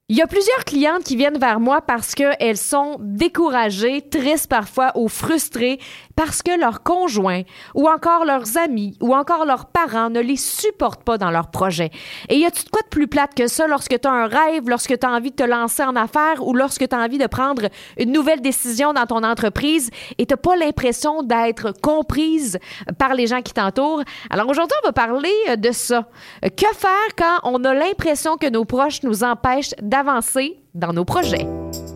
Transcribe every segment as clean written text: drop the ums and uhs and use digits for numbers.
Il y a plusieurs clientes qui viennent vers moi parce qu'elles sont découragées, tristes parfois ou frustrées parce que leur conjoint ou encore leurs amis ou encore leurs parents ne les supportent pas dans leur projet. Et y a-tu de quoi de plus plate que ça lorsque tu as un rêve, lorsque tu as envie de te lancer en affaires ou lorsque tu as envie de prendre une nouvelle décision dans ton entreprise et tu n'as pas l'impression d'être comprise par les gens qui t'entourent? Alors aujourd'hui, on va parler de ça. Que faire quand on a l'impression que nos proches nous empêchent d'avancer dans nos projets?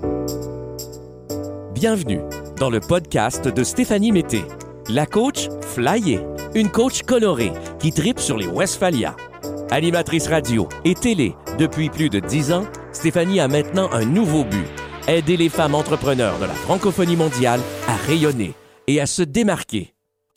Bienvenue dans le podcast de Stéphanie Mété, la coach flyée, une coach colorée qui tripe sur les Westphalia. Animatrice radio et télé depuis plus de 10 ans, Stéphanie a maintenant un nouveau but, aider les femmes entrepreneurs de la francophonie mondiale à rayonner et à se démarquer.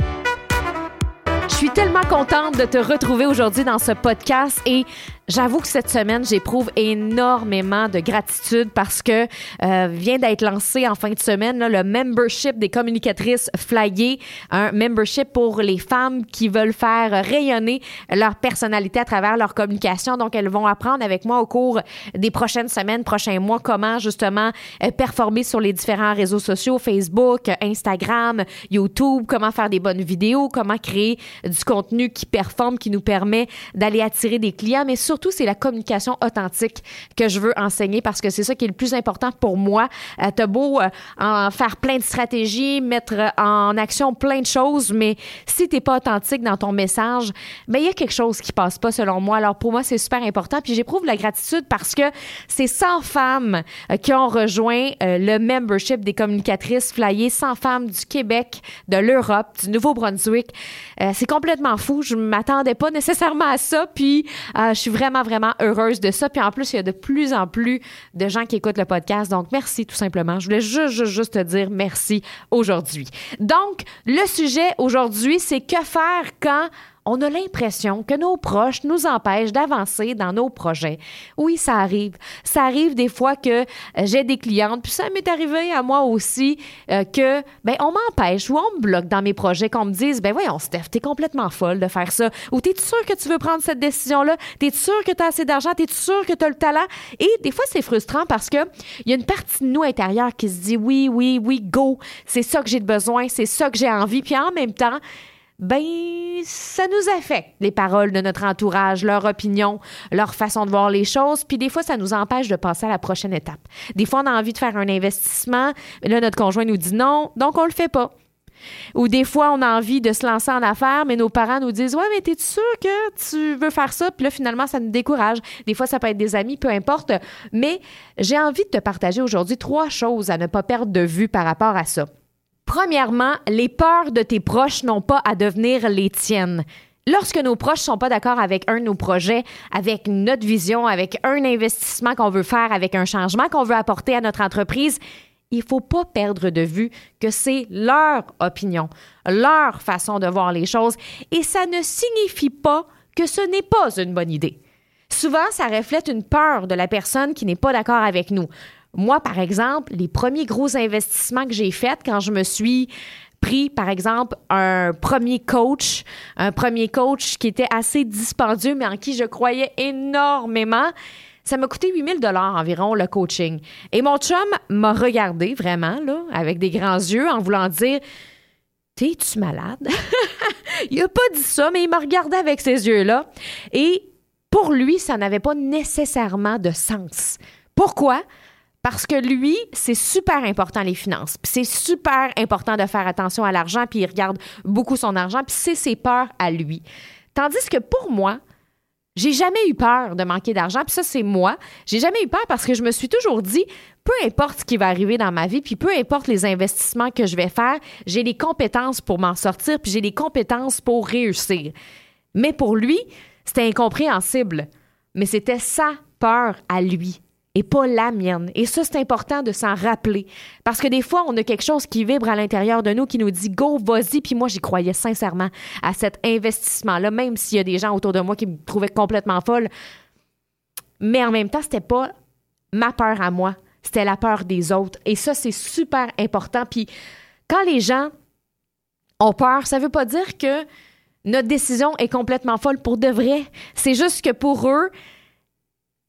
Je suis tellement contente de te retrouver aujourd'hui dans ce podcast et j'avoue que cette semaine, j'éprouve énormément de gratitude parce que vient d'être lancé en fin de semaine là, le membership des communicatrices flyées, un membership pour les femmes qui veulent faire rayonner leur personnalité à travers leur communication. Donc, elles vont apprendre avec moi au cours des prochaines semaines, prochains mois, comment justement performer sur les différents réseaux sociaux, Facebook, Instagram, YouTube, comment faire des bonnes vidéos, comment créer du contenu qui performe, qui nous permet d'aller attirer des clients, mais surtout, c'est la communication authentique que je veux enseigner parce que c'est ça qui est le plus important pour moi. T'as beau en faire plein de stratégies, mettre en action plein de choses, mais si t'es pas authentique dans ton message, ben il y a quelque chose qui passe pas selon moi. Alors pour moi, c'est super important. Puis j'éprouve la gratitude parce que c'est 100 femmes qui ont rejoint le membership des communicatrices flyées, 100 femmes du Québec, de l'Europe, du Nouveau-Brunswick. C'est complètement fou. Je m'attendais pas nécessairement à ça. Puis je suis vraiment heureuse de ça. Puis en plus, il y a de plus en plus de gens qui écoutent le podcast. Donc, merci tout simplement. Je voulais juste te dire merci aujourd'hui. Donc, le sujet aujourd'hui, c'est que faire quand on a l'impression que nos proches nous empêchent d'avancer dans nos projets. Oui, ça arrive. Ça arrive des fois que j'ai des clientes, puis ça m'est arrivé à moi aussi, que on m'empêche ou on me bloque dans mes projets, qu'on me dise, voyons Steph, t'es complètement folle de faire ça. Ou t'es-tu sûr que tu veux prendre cette décision-là? T'es-tu sûr que t'as assez d'argent? T'es-tu sûr que t'as le talent? Et des fois, c'est frustrant parce que il y a une partie de nous intérieure qui se dit, oui, go, c'est ça que j'ai besoin, c'est ça que j'ai envie. Puis en même temps, ça nous affecte, les paroles de notre entourage, leur opinion, leur façon de voir les choses, puis des fois, ça nous empêche de passer à la prochaine étape. Des fois, on a envie de faire un investissement, mais là, notre conjoint nous dit non, donc on le fait pas. Ou des fois, on a envie de se lancer en affaires, mais nos parents nous disent « Ouais, mais t'es sûr que tu veux faire ça? » Puis là, finalement, ça nous décourage. Des fois, ça peut être des amis, peu importe. Mais j'ai envie de te partager aujourd'hui 3 choses à ne pas perdre de vue par rapport à ça. Premièrement, les peurs de tes proches n'ont pas à devenir les tiennes. Lorsque nos proches ne sont pas d'accord avec un de nos projets, avec notre vision, avec un investissement qu'on veut faire, avec un changement qu'on veut apporter à notre entreprise, il ne faut pas perdre de vue que c'est leur opinion, leur façon de voir les choses et ça ne signifie pas que ce n'est pas une bonne idée. Souvent, ça reflète une peur de la personne qui n'est pas d'accord avec nous. Moi, par exemple, les premiers gros investissements que j'ai faits quand je me suis pris, par exemple, un premier coach qui était assez dispendieux, mais en qui je croyais énormément, ça m'a coûté 8 000 $ environ, le coaching. Et mon chum m'a regardé vraiment, là, avec des grands yeux, en voulant dire « T'es-tu malade? » Il n'a pas dit ça, mais il m'a regardé avec ses yeux-là. Et pour lui, ça n'avait pas nécessairement de sens. Pourquoi? Parce que lui, c'est super important les finances. Puis c'est super important de faire attention à l'argent, puis il regarde beaucoup son argent, puis c'est ses peurs à lui. Tandis que pour moi, j'ai jamais eu peur de manquer d'argent, puis ça, c'est moi. J'ai jamais eu peur parce que je me suis toujours dit, peu importe ce qui va arriver dans ma vie, puis peu importe les investissements que je vais faire, j'ai les compétences pour m'en sortir, puis j'ai les compétences pour réussir. Mais pour lui, c'était incompréhensible. Mais c'était sa peur à lui et pas la mienne. Et ça, c'est important de s'en rappeler. Parce que des fois, on a quelque chose qui vibre à l'intérieur de nous, qui nous dit « Go, vas-y ». Puis moi, j'y croyais sincèrement à cet investissement-là, même s'il y a des gens autour de moi qui me trouvaient complètement folle. Mais en même temps, c'était pas ma peur à moi. C'était la peur des autres. Et ça, c'est super important. Puis quand les gens ont peur, ça veut pas dire que notre décision est complètement folle pour de vrai. C'est juste que pour eux,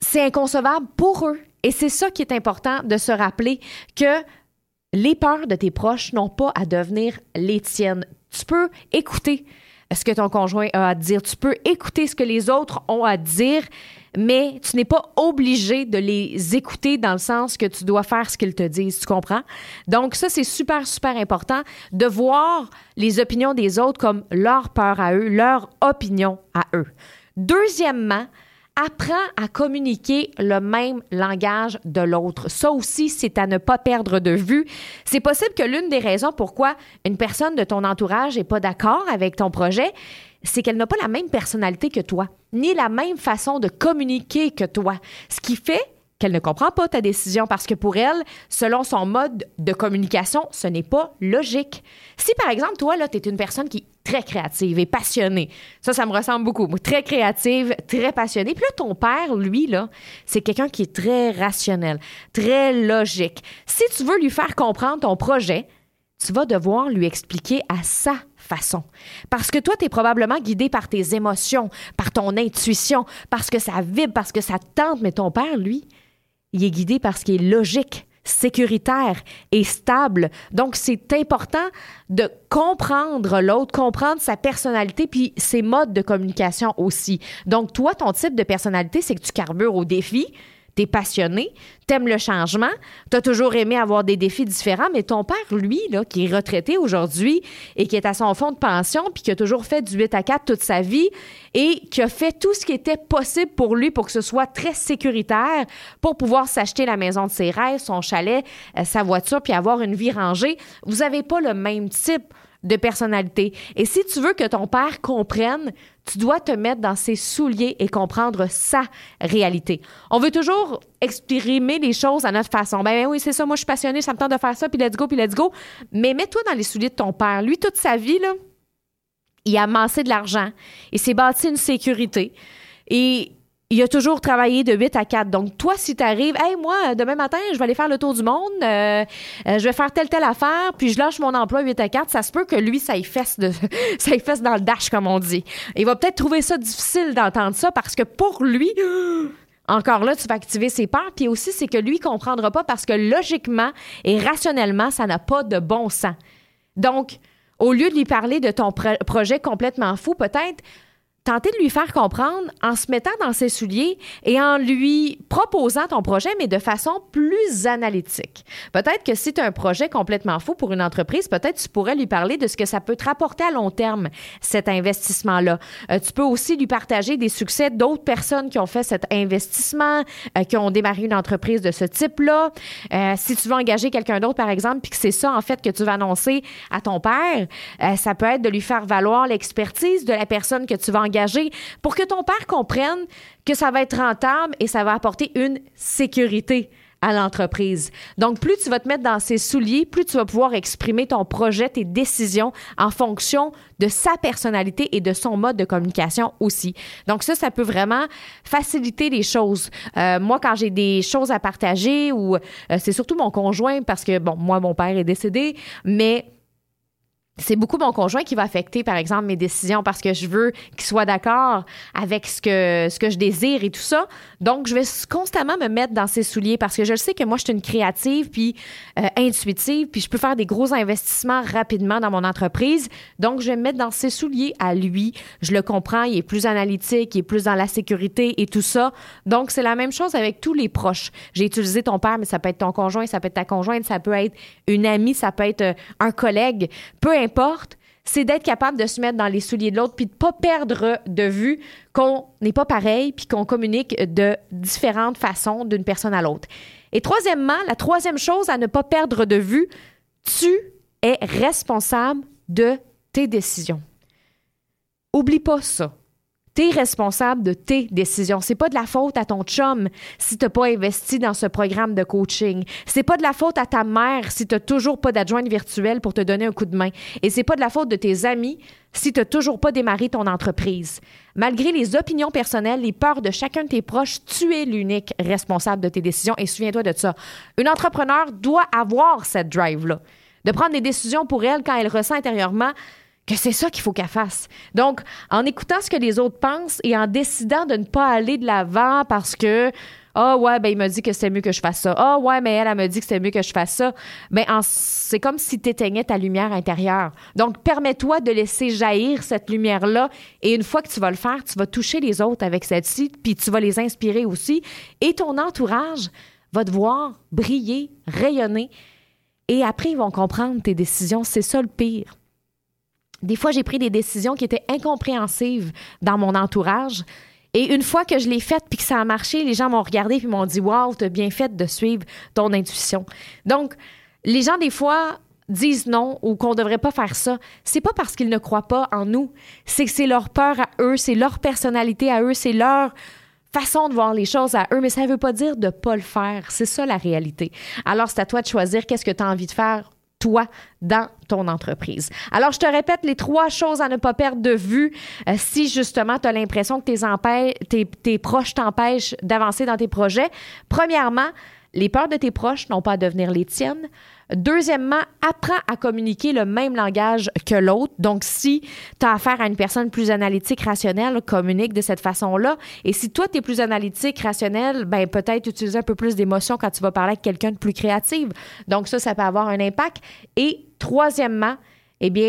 c'est inconcevable pour eux. Et c'est ça qui est important de se rappeler, que les peurs de tes proches n'ont pas à devenir les tiennes. Tu peux écouter ce que ton conjoint a à dire. Tu peux écouter ce que les autres ont à dire, mais tu n'es pas obligé de les écouter dans le sens que tu dois faire ce qu'ils te disent. Tu comprends? Donc ça, c'est super, super important de voir les opinions des autres comme leur peur à eux, leur opinion à eux. Deuxièmement, apprends à communiquer le même langage de l'autre. Ça aussi, c'est à ne pas perdre de vue. C'est possible que l'une des raisons pourquoi une personne de ton entourage n'est pas d'accord avec ton projet, c'est qu'elle n'a pas la même personnalité que toi, ni la même façon de communiquer que toi. Ce qui fait qu'elle ne comprend pas ta décision parce que pour elle, selon son mode de communication, ce n'est pas logique. Si, par exemple, toi, là, tu es une personne qui est très créative et passionnée, ça me ressemble beaucoup. Très créative, très passionnée. Puis là, ton père, lui, là, c'est quelqu'un qui est très rationnel, très logique. Si tu veux lui faire comprendre ton projet, tu vas devoir lui expliquer à sa façon. Parce que toi, tu es probablement guidé par tes émotions, par ton intuition, parce que ça vibre, parce que ça te tente. Mais ton père, lui, il est guidé par ce qui est logique, sécuritaire et stable. Donc, c'est important de comprendre l'autre, comprendre sa personnalité puis ses modes de communication aussi. Donc, toi, ton type de personnalité, c'est que tu carbures au défi. T'es passionné, t'aimes le changement, t'as toujours aimé avoir des défis différents, mais ton père, lui, là, qui est retraité aujourd'hui et qui est à son fonds de pension puis qui a toujours fait du 8 à 4 toute sa vie et qui a fait tout ce qui était possible pour lui pour que ce soit très sécuritaire pour pouvoir s'acheter la maison de ses rêves, son chalet, sa voiture puis avoir une vie rangée, vous n'avez pas le même type de personnalité. Et si tu veux que ton père comprenne, tu dois te mettre dans ses souliers et comprendre sa réalité. On veut toujours exprimer les choses à notre façon. Ben oui, c'est ça, moi je suis passionnée, ça me tente de faire ça, puis let's go. Mais mets-toi dans les souliers de ton père. Lui, toute sa vie, là, il a amassé de l'argent, il s'est bâti une sécurité et il a toujours travaillé de 8 à 4. Donc, toi, si tu arrives, « Hey, moi, demain matin, je vais aller faire le tour du monde, je vais faire telle affaire, puis je lâche mon emploi 8 à 4 », ça se peut que lui, ça y fesse dans le dash, comme on dit. Il va peut-être trouver ça difficile d'entendre ça parce que pour lui, encore là, tu vas activer ses peurs. Puis aussi, c'est que lui, il ne comprendra pas parce que logiquement et rationnellement, ça n'a pas de bon sens. Donc, au lieu de lui parler de ton projet complètement fou, peut-être tenter de lui faire comprendre en se mettant dans ses souliers et en lui proposant ton projet, mais de façon plus analytique. Peut-être que si tu as un projet complètement fou pour une entreprise, peut-être tu pourrais lui parler de ce que ça peut te rapporter à long terme, cet investissement-là. Tu peux aussi lui partager des succès d'autres personnes qui ont fait cet investissement, qui ont démarré une entreprise de ce type-là. Si tu veux engager quelqu'un d'autre, par exemple, puis que c'est ça, en fait, que tu vas annoncer à ton père, ça peut être de lui faire valoir l'expertise de la personne que tu vas engager pour que ton père comprenne que ça va être rentable et ça va apporter une sécurité à l'entreprise. Donc, plus tu vas te mettre dans ses souliers, plus tu vas pouvoir exprimer ton projet, tes décisions en fonction de sa personnalité et de son mode de communication aussi. Donc, ça peut vraiment faciliter les choses. Moi, quand j'ai des choses à partager ou c'est surtout mon conjoint parce que, bon, moi, mon père est décédé, mais c'est beaucoup mon conjoint qui va affecter, par exemple, mes décisions parce que je veux qu'il soit d'accord avec ce que je désire et tout ça. Donc, je vais constamment me mettre dans ses souliers parce que je sais que moi, je suis une créative puis intuitive puis je peux faire des gros investissements rapidement dans mon entreprise. Donc, je vais me mettre dans ses souliers à lui. Je le comprends, il est plus analytique, il est plus dans la sécurité et tout ça. Donc, c'est la même chose avec tous les proches. J'ai utilisé ton père, mais ça peut être ton conjoint, ça peut être ta conjointe, ça peut être une amie, ça peut être un collègue. Peu importe, c'est d'être capable de se mettre dans les souliers de l'autre puis de ne pas perdre de vue qu'on n'est pas pareil puis qu'on communique de différentes façons d'une personne à l'autre. Et troisièmement, la troisième chose à ne pas perdre de vue, tu es responsable de tes décisions. Oublie pas ça. Tu es responsable de tes décisions. C'est pas de la faute à ton chum si tu n'as pas investi dans ce programme de coaching. C'est pas de la faute à ta mère si tu n'as toujours pas d'adjointe virtuelle pour te donner un coup de main. Et c'est pas de la faute de tes amis si tu n'as toujours pas démarré ton entreprise. Malgré les opinions personnelles, les peurs de chacun de tes proches, tu es l'unique responsable de tes décisions et souviens-toi de ça. Une entrepreneur doit avoir cette drive-là, de prendre des décisions pour elle quand elle ressent intérieurement que c'est ça qu'il faut qu'elle fasse. Donc, en écoutant ce que les autres pensent et en décidant de ne pas aller de l'avant parce que ah ouais, ben il m'a dit que c'était mieux que je fasse ça. Ah ouais, mais elle m'a dit que c'était mieux que je fasse ça. Ben c'est comme si tu éteignais ta lumière intérieure. Donc, permets-toi de laisser jaillir cette lumière-là et une fois que tu vas le faire, tu vas toucher les autres avec celle-ci puis tu vas les inspirer aussi et ton entourage va te voir briller, rayonner et après, ils vont comprendre tes décisions. C'est ça le pire. Des fois, j'ai pris des décisions qui étaient incompréhensibles dans mon entourage. Et une fois que je l'ai faite puis que ça a marché, les gens m'ont regardé puis m'ont dit « Wow, t'as bien fait de suivre ton intuition. » Donc, les gens, des fois, disent non ou qu'on ne devrait pas faire ça. C'est pas parce qu'ils ne croient pas en nous. C'est que c'est leur peur à eux, c'est leur personnalité à eux, c'est leur façon de voir les choses à eux, mais ça ne veut pas dire de ne pas le faire. C'est ça la réalité. Alors, c'est à toi de choisir qu'est-ce que tu as envie de faire toi, dans ton entreprise. Alors, je te répète les 3 choses à ne pas perdre de vue si, justement, tu as l'impression que tes proches t'empêchent d'avancer dans tes projets. Premièrement, les peurs de tes proches n'ont pas à devenir les tiennes. Deuxièmement, apprends à communiquer le même langage que l'autre. Donc, si tu as affaire à une personne plus analytique, rationnelle, communique de cette façon-là. Et si toi, tu es plus analytique, rationnel, ben peut-être utiliser un peu plus d'émotion quand tu vas parler avec quelqu'un de plus créatif. Donc, ça peut avoir un impact. Et troisièmement, eh bien,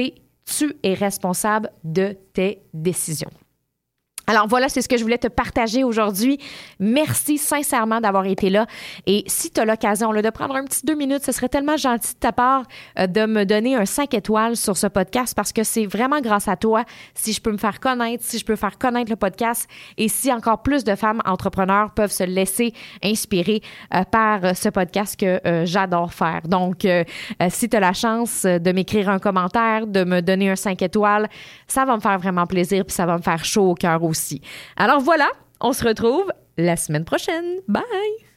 tu es responsable de tes décisions. Alors voilà, c'est ce que je voulais te partager aujourd'hui. Merci sincèrement d'avoir été là. Et si tu as l'occasion de prendre un petit 2 minutes, ce serait tellement gentil de ta part de me donner un 5 étoiles sur ce podcast parce que c'est vraiment grâce à toi si je peux me faire connaître, si je peux faire connaître le podcast et si encore plus de femmes entrepreneurs peuvent se laisser inspirer par ce podcast que j'adore faire. Donc, si tu as la chance de m'écrire un commentaire, de me donner un 5 étoiles, ça va me faire vraiment plaisir puis ça va me faire chaud au cœur aussi. Alors voilà, on se retrouve la semaine prochaine. Bye!